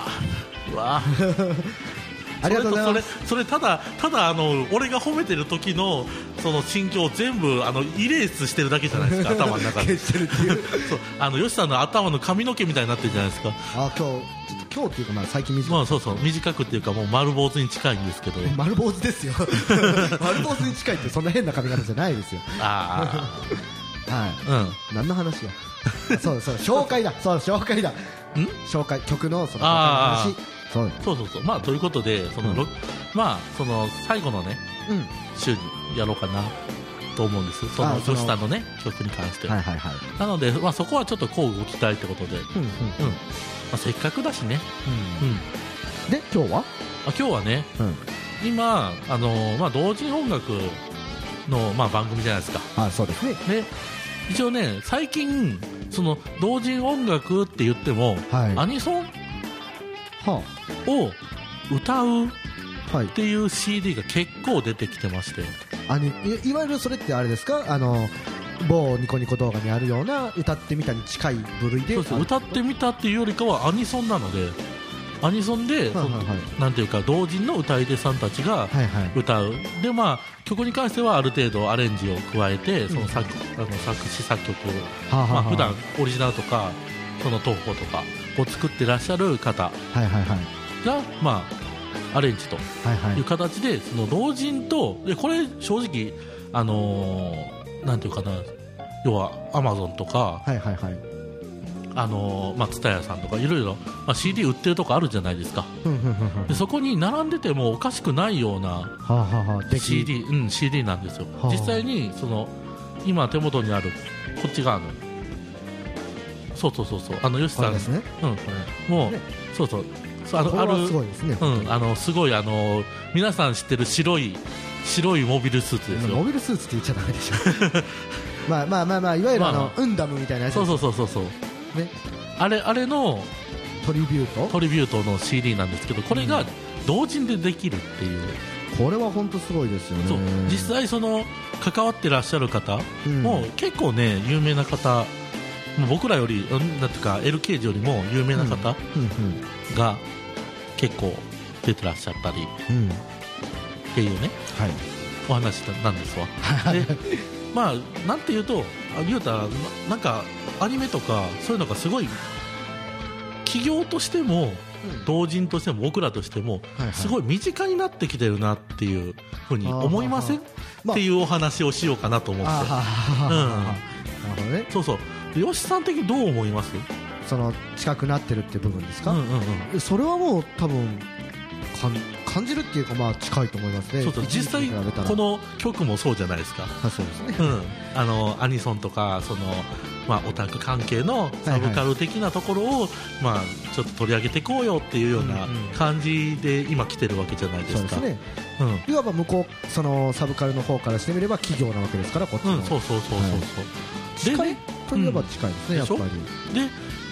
ありがとうございます。 それただ俺が褒めてる時のその心境を全部イレースしてるだけじゃないですか、頭の中で。 消してるっていうそうヨシさんの頭の髪の毛みたいになってるじゃないですか。 今日っていうか最近短く、 そう短くっていうかもう丸坊主に近いんですけど。 丸坊主ですよ丸坊主に近いってそんな変な髪型じゃないですよ。何の話やそう紹介だ曲のその話。 そうまあということで最後のね、週にやろうかなと思うんです。そのヨシさんのね曲に関して。なのでそこはちょっとこうご期待ってことで、せっかくだしね。 で今日はね、今同時音楽の番組じゃないですか。 そうですね。 で一応ね最近その同時音楽って言っても、アニソンを歌うっていう CD が結構出てきてまして、 いわゆるそれってあれですか、某ニコニコ動画にあるような歌ってみたに近い部類で。 そう歌ってみたっていうよりかはアニソンなので、アニソンでなんていうか同人の歌い手さんたちが歌う。で曲に関してはある程度アレンジを加えて、その作詞作曲を普段オリジナルとかその東宝とかを作ってらっしゃる方がアレンジという形で、その同人とこれ正直なんていうかな、要はアマゾンとかTSUTAYAさんとかいろいろ CD 売ってるとこあるじゃないですか。でそこに並んでてもおかしくないような CD なんですよ。実際にその今手元にあるこっち側のヨシさん、もうそうそう、 これはすごいですね。 すごい皆さん知ってる白いモビルスーツですよ。 モビルスーツって言っちゃダメでしょまあいわゆるウンダムみたいなやつ。 そうね、あれのトリビュートの CD なんですけど、これが同人でできるっていう、 これは本当すごいですよね。 そう、実際その関わってらっしゃる方も結構ね有名な方、僕らよりなんていうか L 刑事よりも有名な方が結構出てらっしゃったりっていうね、お話なんですわ。でまあなんていうと言うたらなんかアニメとかそういうのがすごい企業としても同人としても僕らとしてもすごい身近になってきてるなっていうふうに思いませんっていうお話をしようかなと思って。なるほどね。そうそう、吉さん的にどう思います？ その近くなってるって部分ですか？それはもう多分感じるっていうか、まあ近いと思いますね。 そう実際この曲もそうじゃないですか。 そうですね。 アニソンとかそのオタク関係のサブカル的なところをちょっと取り上げていこうよっていうような感じで今来てるわけじゃないですか。 そうですね。いわば向こうそのサブカルの方からしてみれば企業なわけですから、こっちの。そう近いといえば近いですね、やっぱり。 で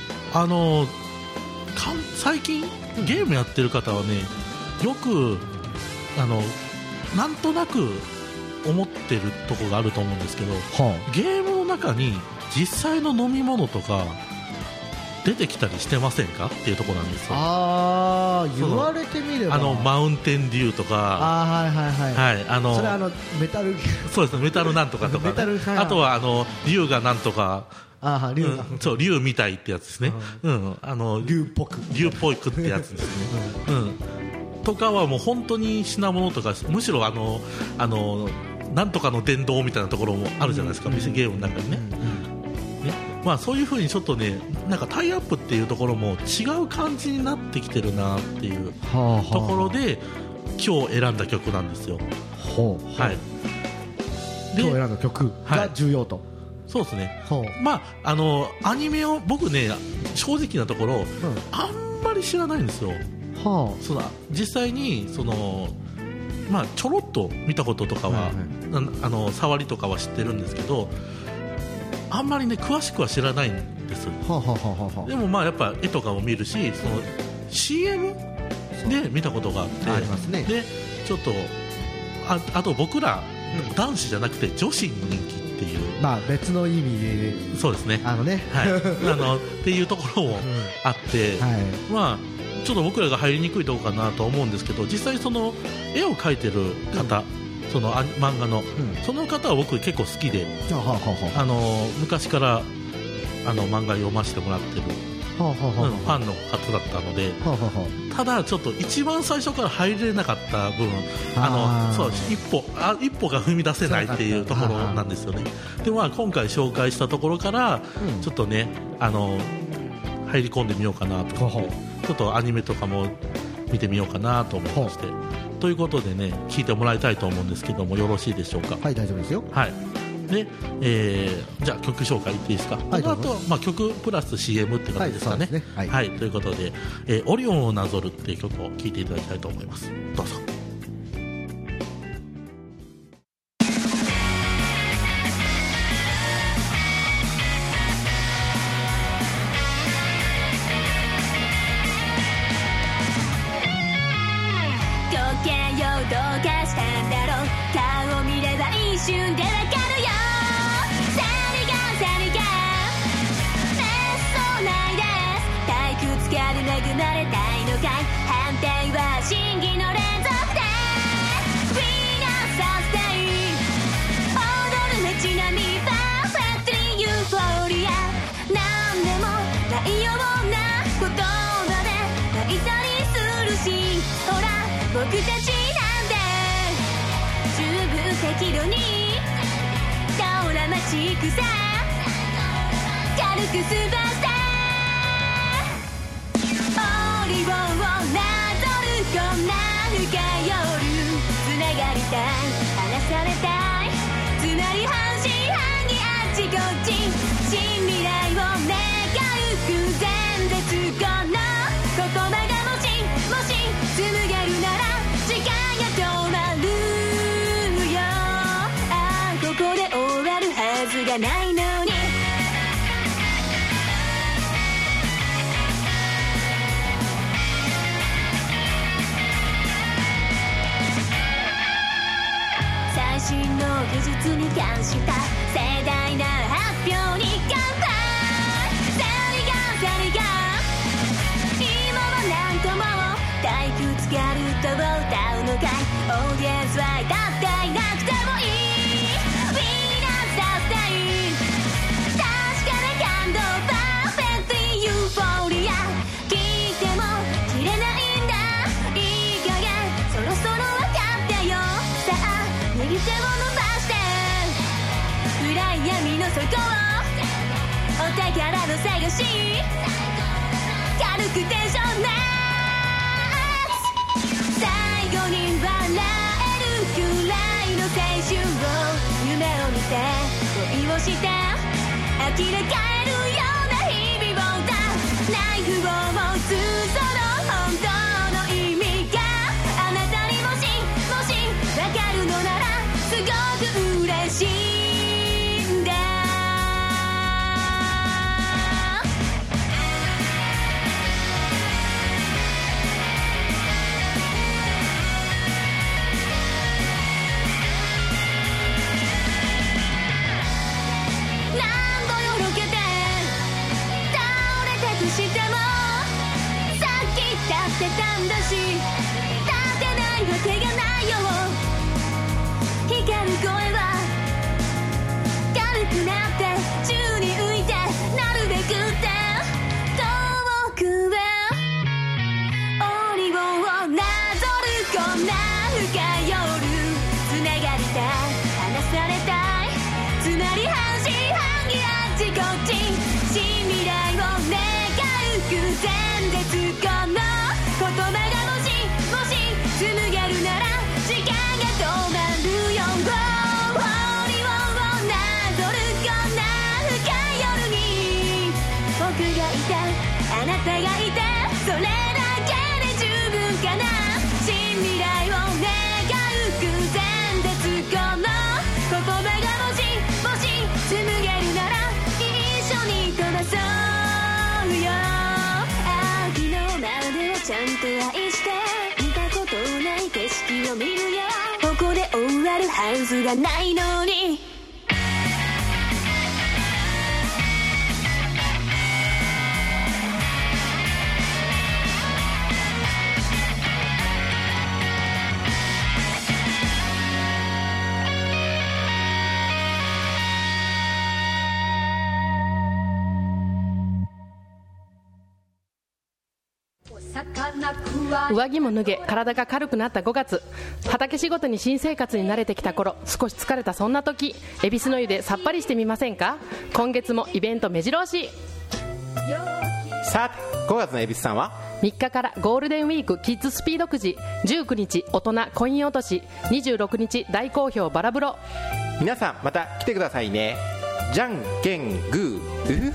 最近ゲームやってる方はね、よくなんとなく思ってるところがあると思うんですけど、ゲームの中に実際の飲み物とか出てきたりしてませんかっていうところなんですよ。 言われてみればマウンテンデューとか、 それはメタルそうですね、メタルなんとかとか、あとは竜がなんとか、そう竜みたいってやつですね。 竜っぽくってやつですね。とかはもう本当に品物とか、むしろなんとかの殿堂みたいなところもあるじゃないですか、ゲームの中にね。そういう風にちょっとね、なんかタイアップっていうところも違う感じになってきてるなっていうところで今日選んだ曲なんですよ。 今日選んだ曲が重要と。 そうですね。アニメを僕ね、正直なところあんまり知らないんですよ。実際にちょろっと見たこととかは、触りとかは知ってるんですけど、あんまりね詳しくは知らないんです。でもやっぱ絵とかも見るし、その CM で見たことがあって、でちょっとあと僕ら男子じゃなくて女子に人気っていう、 別の意味で、 そうですね、っていうところもあって、ちょっと僕らが入りにくいところかなと思うんですけど、実際その絵を描いてる方、その漫画の、その方は僕結構好きで、昔から漫画読ませてもらってるファンの方だったので、ただちょっと一番最初から入れなかった分、一歩が踏み出せないっていうところなんですよね。で今回紹介したところからちょっとね、入り込んでみようかなと、ちょっとアニメとかも見てみようかなと思いまして、ということでね、聞いてもらいたいと思うんですけども、よろしいでしょうか？ はい、大丈夫ですよ。 で、じゃあ曲紹介いっていいですか？この後、曲プラス CM って感じですかね。ということで、オリオンをなぞるっていう曲を聴いていただきたいと思います。どうぞ。 どうかしたんだろう、顔を見れば一瞬でわかるよ。さりがめっそうないです。退屈かで恵まれたいのかい、反対は真偽の連続で We are so stay 踊る街並み Perfectly Euphoria なんでもないような言葉で泣いたりするし、ほら僕たち適度にドラマチックさ軽くスバスタオリオンをなぞるこんな深い夜、つながりたい離されたい、つまり半信半疑あっちこっち、新未来を願う空前絶後のここまでがないのに最新の技術に関した盛大な発表に乾杯。さりが今はなんとも退屈がると歌うのかい。オーディエンスは至っていなくてもいい。みんなさせたい確かな感動パーフェクトユーフォリア。聞いても切れないんだいい加減そろそろ分かってよ。さあ右手を伸ばして暗闇の底をお宝の探し軽くテンションマックス。最後に笑えるくらいの青春を夢を見て恋をして呆れ返るような日々をだ。ナイフを持つその本当の意味があなたにもしわかるのならすごく嬉しいんだ。何度よろけて倒れてくしてもさっき立ってたんだし立てないわけがないよ。光る声は軽くなって宙に浮いてなるべくって遠くへ檻をなぞるこんな深い夜つながりたい離されたいつまり半信半疑あっちこっち新未来を願う偶然絶好の言葉がもし紡げるなら時間が止まるよ。檻をなぞるこんな深い夜に僕がいたあなたがいてそれだけで十分かな。新未来を願う偶然絶好の言葉がもし紡げるなら一緒に飛ばそうよ。昨日まではちゃんと愛して見たことない景色を見るよ。ここで終わるはずがないのに上着も脱げ体が軽くなった5月、畑仕事に新生活に慣れてきた頃、少し疲れたそんな時、恵比寿の湯でさっぱりしてみませんか。今月もイベント目白押し。 さて5月の恵比寿さんは 3日からゴールデンウィークキッズスピードくじ、19日大人コイン落とし、26日大好評バラ風呂。 皆さんまた来てくださいね。じゃんけんグー。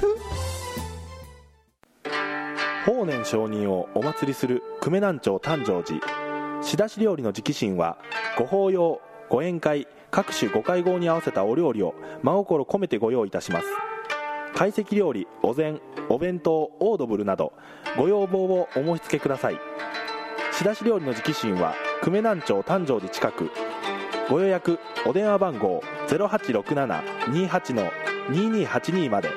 法然上人をお祭りする久米南町誕生寺。仕出し料理の直進はご法要ご宴会各種ご会合に合わせたお料理を真心込めてご用意いたします。懐石料理、お膳、お弁当、オードブルなどご要望をお申し付けください。仕出し料理の直進は久米南町誕生寺近く。ご予約お電話番号 0867-28-2282 まで。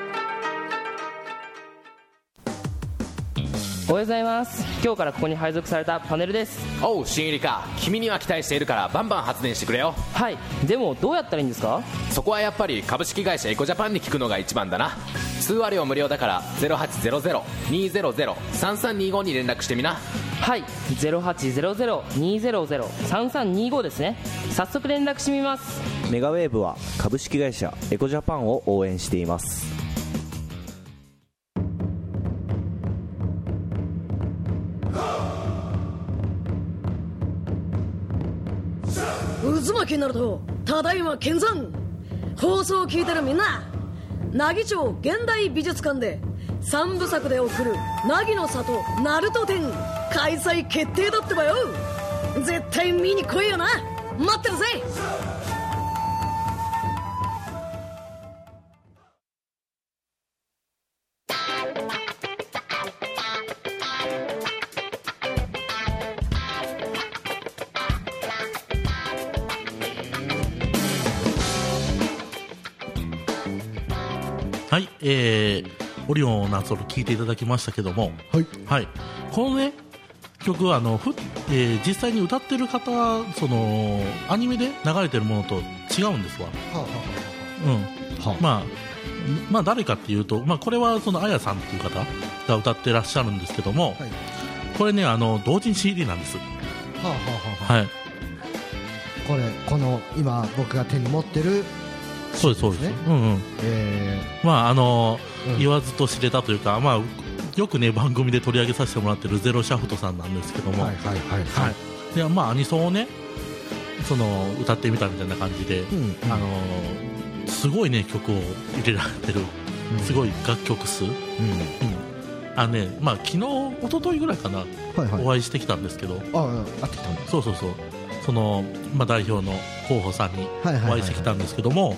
おはようございます。今日からここに配属されたパネルです。 おう新入りか。君には期待しているからバンバン発電してくれよ。 はい。でもどうやったらいいんですか。 そこはやっぱり株式会社エコジャパンに聞くのが一番だな。通話料無料だから 0800-200-3325 に連絡してみな。 はい。 0800-200-3325 ですね。早速連絡してみます。 メガウェーブは株式会社エコジャパンを応援しています。 渦巻きになるとただいま見参。放送を聞いてるみんな、奈義町現代美術館で3部作で送る凪の里ナルト展開催決定だってばよ。絶対見に来いよな。待ってるぜ。 はい、オリオンをなぞる聴いていただきましたけども、はい、このね曲は実際に歌ってる方そのアニメで流れてるものと違うんですわ。まあ誰かっていうと、これはそのあやさんっていう方が歌ってらっしゃるんですけども、これね同人 CD なんです。はい。 この今僕が手に持ってる、 そうですそうです。言わずと知れたというか、よくね番組で取り上げさせてもらってるゼロシャフトさんなんですけども、でアニソンをねその歌ってみたみたいな感じで、すごいね曲を入れられてる、すごい楽曲数、昨日一昨日ぐらいかな、お会いしてきたんですけど、 会ってきたんだ。 そうその代表の候補さんにお会いしてきたんですけども、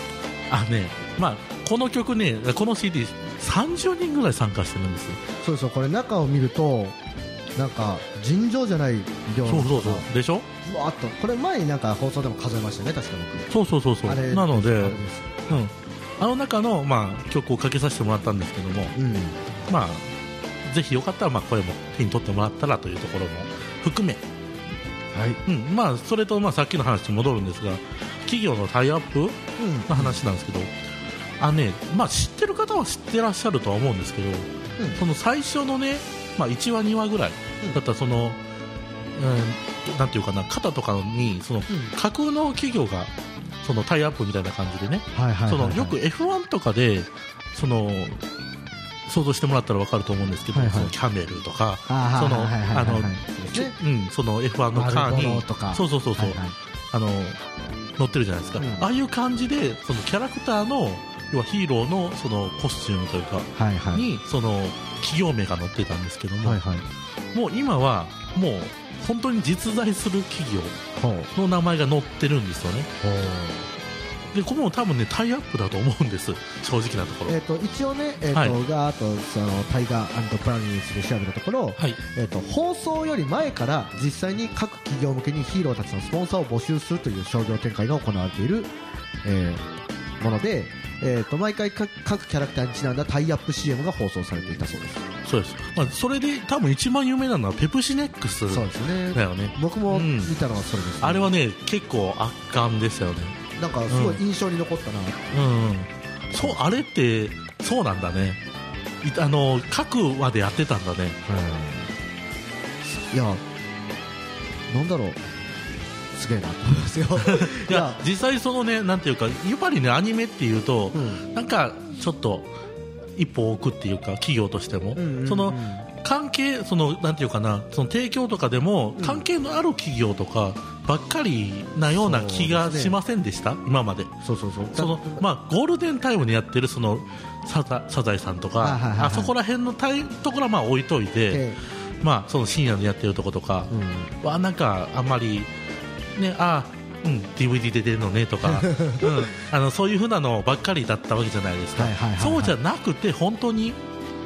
この曲ね、この CD 30人ぐらい参加してるんです。 そうですよ。これ中を見るとなんか尋常じゃない量の、 そうでしょ。 あとこれ前になんか放送でも数えましたね、確か僕。 そうなので、あの中の曲をかけさせてもらったんですけども、ぜひよかったらこれも手に取ってもらったらというところも含め、それとさっきの話に戻るんですが、企業のタイアップの話なんですけど、知ってる方は知ってらっしゃるとは思うんですけど、その最初のね、1話2話ぐらいだったらその、なんていうかな、肩とかにその架空の企業がそのタイアップみたいな感じでね、よく F1 とかでその想像してもらったら分かると思うんですけど、そのキャメルとか、その F1 のカーに乗ってるじゃないですか。ああいう感じでそのキャラクターの要はヒーローのそのコスチュームというかにその企業名が載ってたんですけども、もう今はもう本当に実在する企業の名前が載ってるんですよね。でこれも多分ねタイアップだと思うんです、正直なところ。 一応ね、あとそのタイガー&プランニュースで調べたところ、放送より前から実際に各企業向けにヒーローたちのスポンサーを募集するという商業展開が行われている、もので、毎回各キャラクターにちなんだタイアップ CM が放送されていたそうです。 そうです。それで多分一番有名なのはペプシネックスだよね。 僕も見たのはそれですね。 あれはね結構圧巻ですよね。 なんかすごい印象に残ったな。 そう、あれってそうなんだね。各話でやってたんだね。 いや、なんだろう、すげえなと思いますよ。 いや実際そのね、なんていうか、やっぱりねアニメっていうと、なんかちょっと一歩置くっていうか、企業としても、その関係、そのなんていうかな、その提供とかでも関係のある企業とかばっかりなような気がしませんでした、今まで。そのゴールデンタイムにやってるそのサザエさんとか、あそこら辺のところは置いといて、その深夜にやってるとことかはなんかあんまりね、DVD で出るのねとか、そういう風なのばっかりだったわけじゃないですか。そうじゃなくて本当に、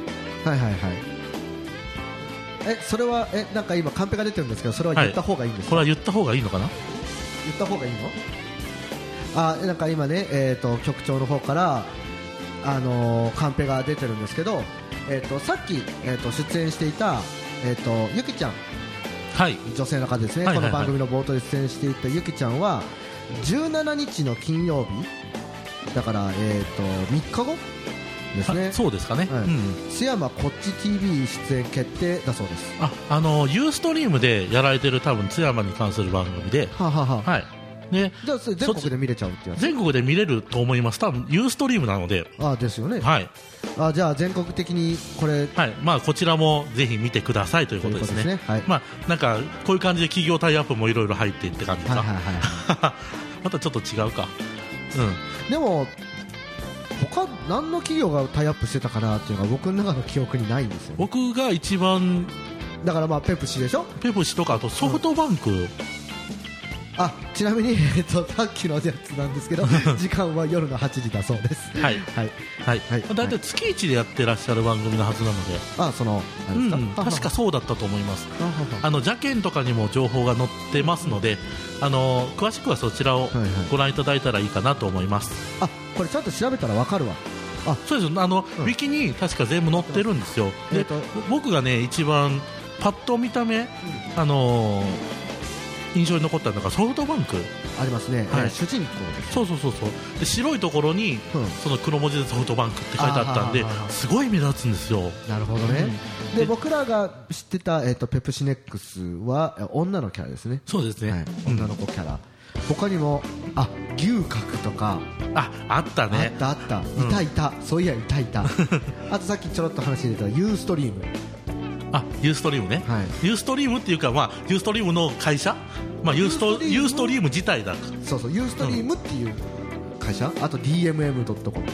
それはなんか今カンペが出てるんですけど、それは言った方がいいんですか？ これは言った方がいいのかな？ 言った方がいいの？なんか今ね、局長の方からカンペが出てるんですけど、さっき、出演していた、ゆきちゃん、女性の方ですね、この番組の冒頭で出演していたゆきちゃんは17日の金曜日だから、3日後ですね。 そうですかね。 津山こっち TV 出演決定だそうです。 ユーストリームでやられてる多分津山に関する番組で、 ね、じゃあそれ全国で見れちゃうってやつ？ 全国で見れると思います。多分ユーストリームなので。 ですよね。じゃあ全国的にこれ、 こちらもぜひ見てくださいということですね。なんかこういう感じで企業タイアップもいろいろ入っていって感じか。またちょっと違うか。 でも他何の企業がタイアップしてたかなっていうのが僕の中の記憶にないんですよ。 僕が一番だからペプシでしょ。 ペプシとかあとソフトバンク。 ちなみに、さっきのやつなんですけど時間は夜の8時だそうです。 だいたい月1でやってらっしゃる番組のはずなので、確かそうだったと思います。邪剣とかにも情報が載ってますので、詳しくはそちらをご覧いただいたらいいかなと思います。 これちゃんと調べたら分かるわ。 そうです。ウィキに確か全部載ってるんですよ。で、僕がね一番パッと見た目、印象に残ったのがソフトバンクありますね、主人公そうで白いところに、その黒文字でソフトバンクって書いてあったんで、すごい目立つんですよ。 なるほどね、で僕らが知ってた、ペプシネックスは女のキャラですね。 そうですね、 女の子キャラ、他にも牛角とかあったね、 あったいた、そういやいたあとさっきちょろっと話に出たユーストリーム、 ユーストリームね、ユーストリームっていうか、ユーストリームの会社、ユーストリーム自体だ。 そうユーストリームっていう会社、あと DMM.com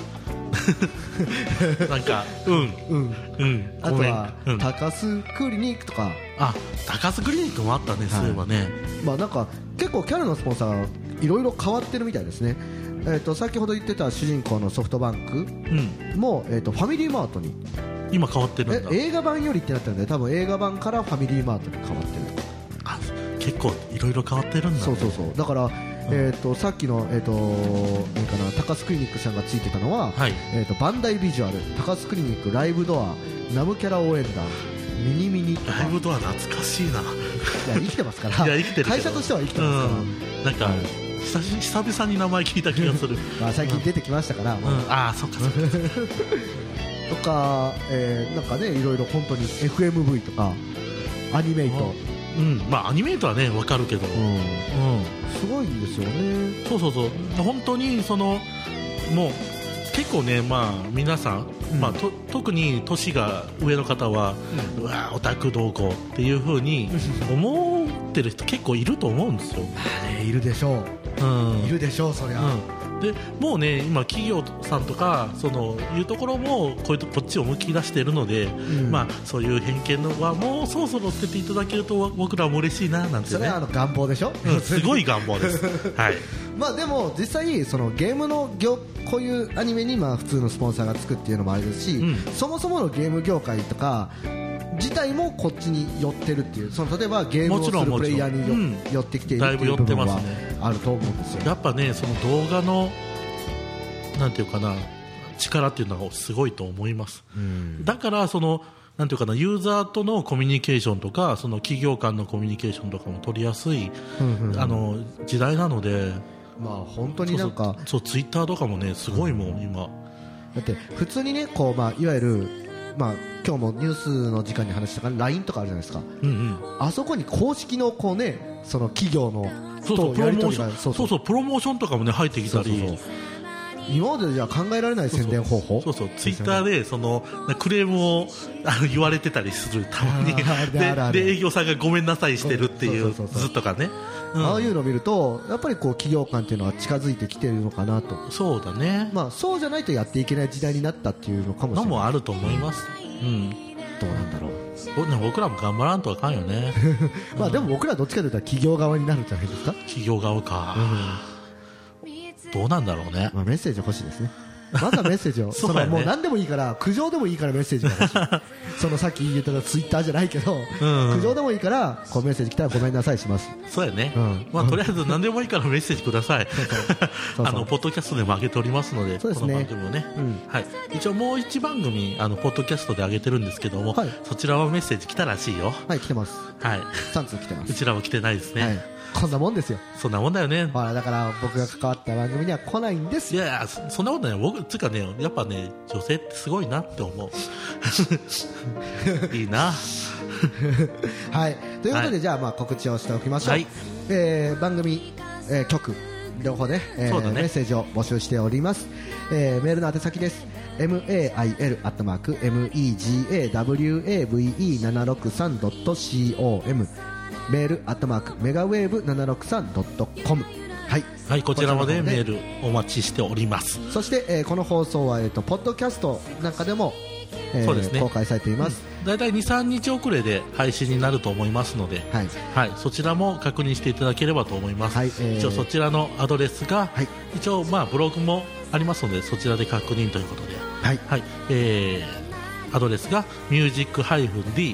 なんかあとは高須クリニックとか、 高須クリニックもあったね、そういえばね。 なんか結構キャラのスポンサーいろいろ変わってるみたいですね。先ほど言ってた主人公のソフトバンクも、ファミリーマートに今変わってるんだ。 映画版よりってなったんで、多分映画版からファミリーマートに変わってる。 結構いろいろ変わってるんだね。 そうだから、さっきの、高須クリニックさんがついてたのは、バンダイビジュアル、高須クリニック、ライブドア、ナムキャラ応援団、ミニとか。 ライブドア懐かしいな。いや生きてますから会社としては生きてますから、 なんか久々に名前聞いた気がする最近出てきましたから、 そっかとか、なんかね、いろいろ本当に FMV とかアニメイト、 アニメイトはね分かるけど、 すごいんですよね。 そう本当にもう結構ね、皆さん、特に年が上の方は、うわオタクどうこうっていう風に思ってる人結構いると思うんですよ。 いるでしょう、いるでしょう、そりゃ。 でもうね、今企業さんとかいうところもこっちを向き出しているので、そういう偏見のはもうそろそろ捨てていただけると僕らも嬉しいななんてね。 それは願望でしょ、 すごい願望ですはい。 でも実際ゲームのこういうアニメに普通のスポンサーがつくっていうのもあれですし、そもそものゲーム業界とか自体もこっちに寄ってるっていう、例えばゲームをするプレイヤーに寄ってきているっていう部分はあると思うんですよ。 やっぱね、その動画のなんていうかな、力っていうのがすごいと思います。だからなんていうかな、ユーザーとのコミュニケーションとか企業間のコミュニケーションとかも取りやすい時代なので、 本当になんかツイッターとかもねすごいもん、今だって普通にねいわゆる今日もニュースの時間に話したから LINE とかあるじゃないですか、あそこに公式のその企業のプロモーションとかもね入ってきたり、 今までじゃ考えられない宣伝方法、 ツイッターでクレームを言われてたりする、たまにで営業さんがごめんなさいしてるっていう図とかね、 ああいうのを見るとやっぱり企業間っていうのは近づいてきてるのかなと。 そうだね、 そうじゃないとやっていけない時代になったっていうのかもしれない。 もあると思います、 どうなんだろう。 僕らも頑張らんとあかんよねでも僕らどっちかというと企業側になるんじゃないですか。 企業側か、どうなんだろうね。 メッセージ欲しいですね。まずはメッセージをもう何でもいいから苦情でもいいからメッセージが欲しいさっき言ったツイッターじゃないけど、苦情でもいいからメッセージ来たらごめんなさいします。 そうやね、とりあえず何でもいいからメッセージくださいポッドキャストでも上げておりますので、この番組をね、一応もう1番組ポッドキャストで上げてるんですけども、そちらはメッセージ来たらしいよ。 来てます。3通来てます。 うちらは来てないですね。 こんなもんですよ。 そんなもんだよね。 だから僕が関わった番組には来ないんです。 いやそんなことない。僕つうかね、やっぱね、女性ってすごいなって思ういいなということで、じゃあ告知をしておきましょう。番組、局両方で、メッセージを募集しております。メールの宛先です。mail@megawave763.com、メール@megawave763.com、 こちらまでメールお待ちしております。 そして、この放送はポッドキャストなんかでも、公開されています。 だいたい 2,3 日遅れで配信になると思いますので、そちらも確認していただければと思います。一応そちらのアドレスが、一応ブログもありますので、そちらで確認ということで、アドレスが music-d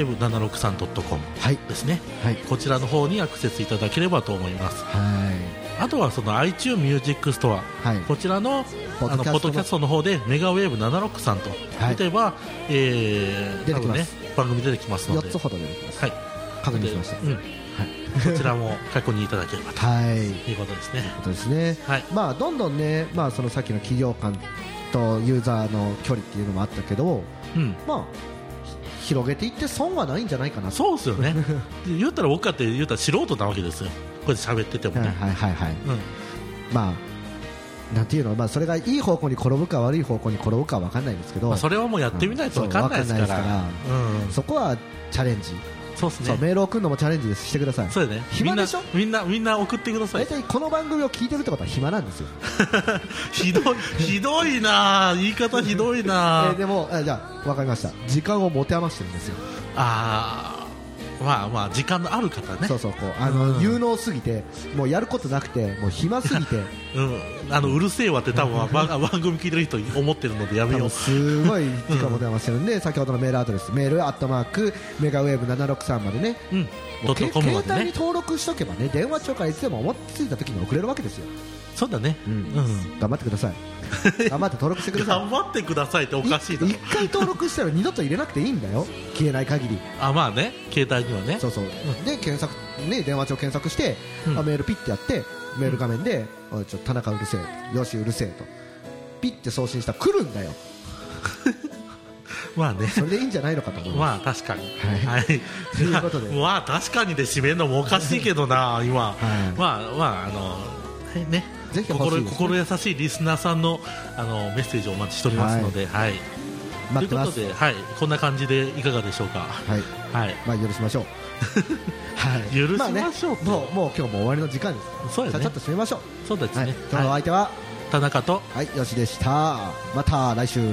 megawave763.com ですね、こちらの方にアクセスいただければと思います。 あとはその iTunes Music Store、こちらのポッドキャストの方でメガウェーブ76さんと例えば、 出てきます、 番組出てきますので 4つほど出てきます、確認しました、 こちらも確認いただければということですね。 ことですね。まあどんどんね、まあそのさっきの企業間とユーザーの距離っていうのもあったけど、まあ広げていって損はないんじゃないかな。 そうですよね。言ったら僕かって言ったら素人なわけですよ。これで喋っててもね。 まあなんていうの、まあそれがいい方向に転ぶか悪い方向に転ぶかは分かんないんですけど、 それはもうやってみないと分かんないですから、 そこはチャレンジ。 そうですね。 メール送るのもチャレンジしてください。 そうだね。 暇でしょ。 みんな送ってください。 大体この番組を聞いてるってことは暇なんですよ。 ひどいな、言い方ひどいな。 でもじゃあ分かりました。時間を持て余してるんですよ。 まあまあ時間のある方ね。 そうこう有能すぎてもうやることなくてもう暇すぎて、 うるせえわって多分番組聞いてる人思ってるのでやめよう。 すごい時間持て余してるんで、先ほどのメールアドレスメール@メガウェーブ763までね、携帯に登録しとけばね、電話帳からいつでも思いついた時に送れるわけですよ。 そうだね。 頑張ってください。頑張って登録してください。 頑張ってくださいっておかしいだろ。 一回登録したら二度と入れなくていいんだよ。消えない限り。 まあね、携帯にはね。 そうで検索ね、電話帳検索して、メールピッてやってメール画面で田中うるせえ、よしうるせえとピッて送信したら来るんだよ。 まあね、 それでいいんじゃないのかと思います。 まあ確かに。 ということで、 まあ確かにで締めるのもおかしいけどな今。まあね。 ぜひ欲しいですね。 心優しいリスナーさんのメッセージをお待ちしておりますので、 待ってます。 ということで、こんな感じでいかがでしょうか。 まあ許しましょう。 許しましょう。 もう今日も終わりの時間です。 そうですね。 ちょっと締めましょう。 そうですね。 今日のお相手は田中とよしでした。また来週。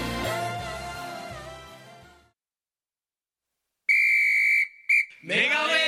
メガウェ